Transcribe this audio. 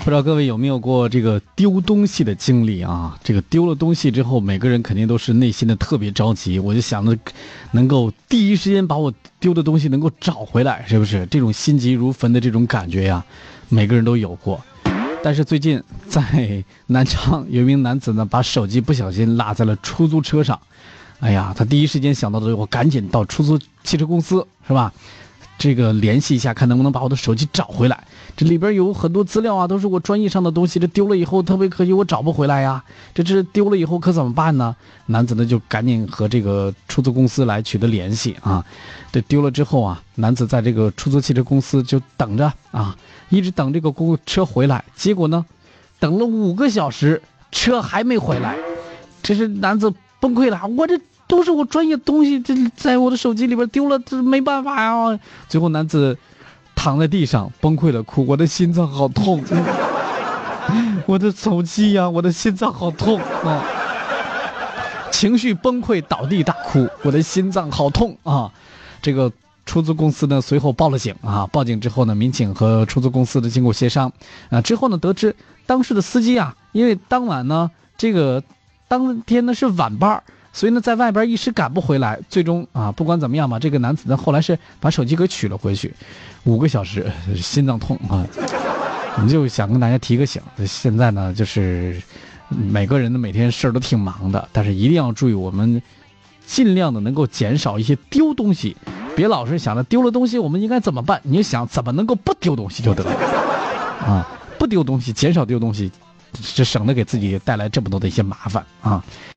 不知道各位有没有过这个丢东西的经历啊？这个丢了东西之后，每个人肯定都是内心的特别着急。我就想着，能够第一时间把我丢的东西能够找回来，是不是？这种心急如焚的这种感觉呀，每个人都有过。但是最近在南昌有一名男子呢，把手机不小心落在了出租车上。哎呀，他第一时间想到的，我赶紧到出租汽车公司，是吧？这个联系一下，看能不能把我的手机找回来。这里边有很多资料啊，都是我专业上的东西，这丢了以后特别可惜，我找不回来呀。这丢了以后可怎么办呢？男子呢就赶紧和这个出租公司来取得联系啊。这丢了之后啊，男子在这个出租汽车公司就等着啊，一直等这个车回来。结果呢，等了5个小时，车还没回来。这是男子崩溃了，我这都是我专业东西，这在我的手机里边丢了，这没办法呀。最后男子躺在地上崩溃了哭，我的心脏好痛，我的手机呀，我的心脏好痛啊！情绪崩溃，倒地大哭，我的心脏好痛啊！这个出租公司呢随后报了警啊，报警之后呢，民警和出租公司的经过协商啊，之后呢得知当时的司机啊，因为当晚呢当天呢是晚班，所以呢在外边一时赶不回来，最终啊不管怎么样吧，这个男子呢后来是把手机给取了回去。5个小时心脏痛啊！我们就想跟大家提个醒，现在呢就是每个人的每天事儿都挺忙的，但是一定要注意，我们尽量的能够减少一些丢东西，别老是想着丢了东西我们应该怎么办，你想怎么能够不丢东西就得了啊！不丢东西，减少丢东西，这省得给自己带来这么多的一些麻烦啊！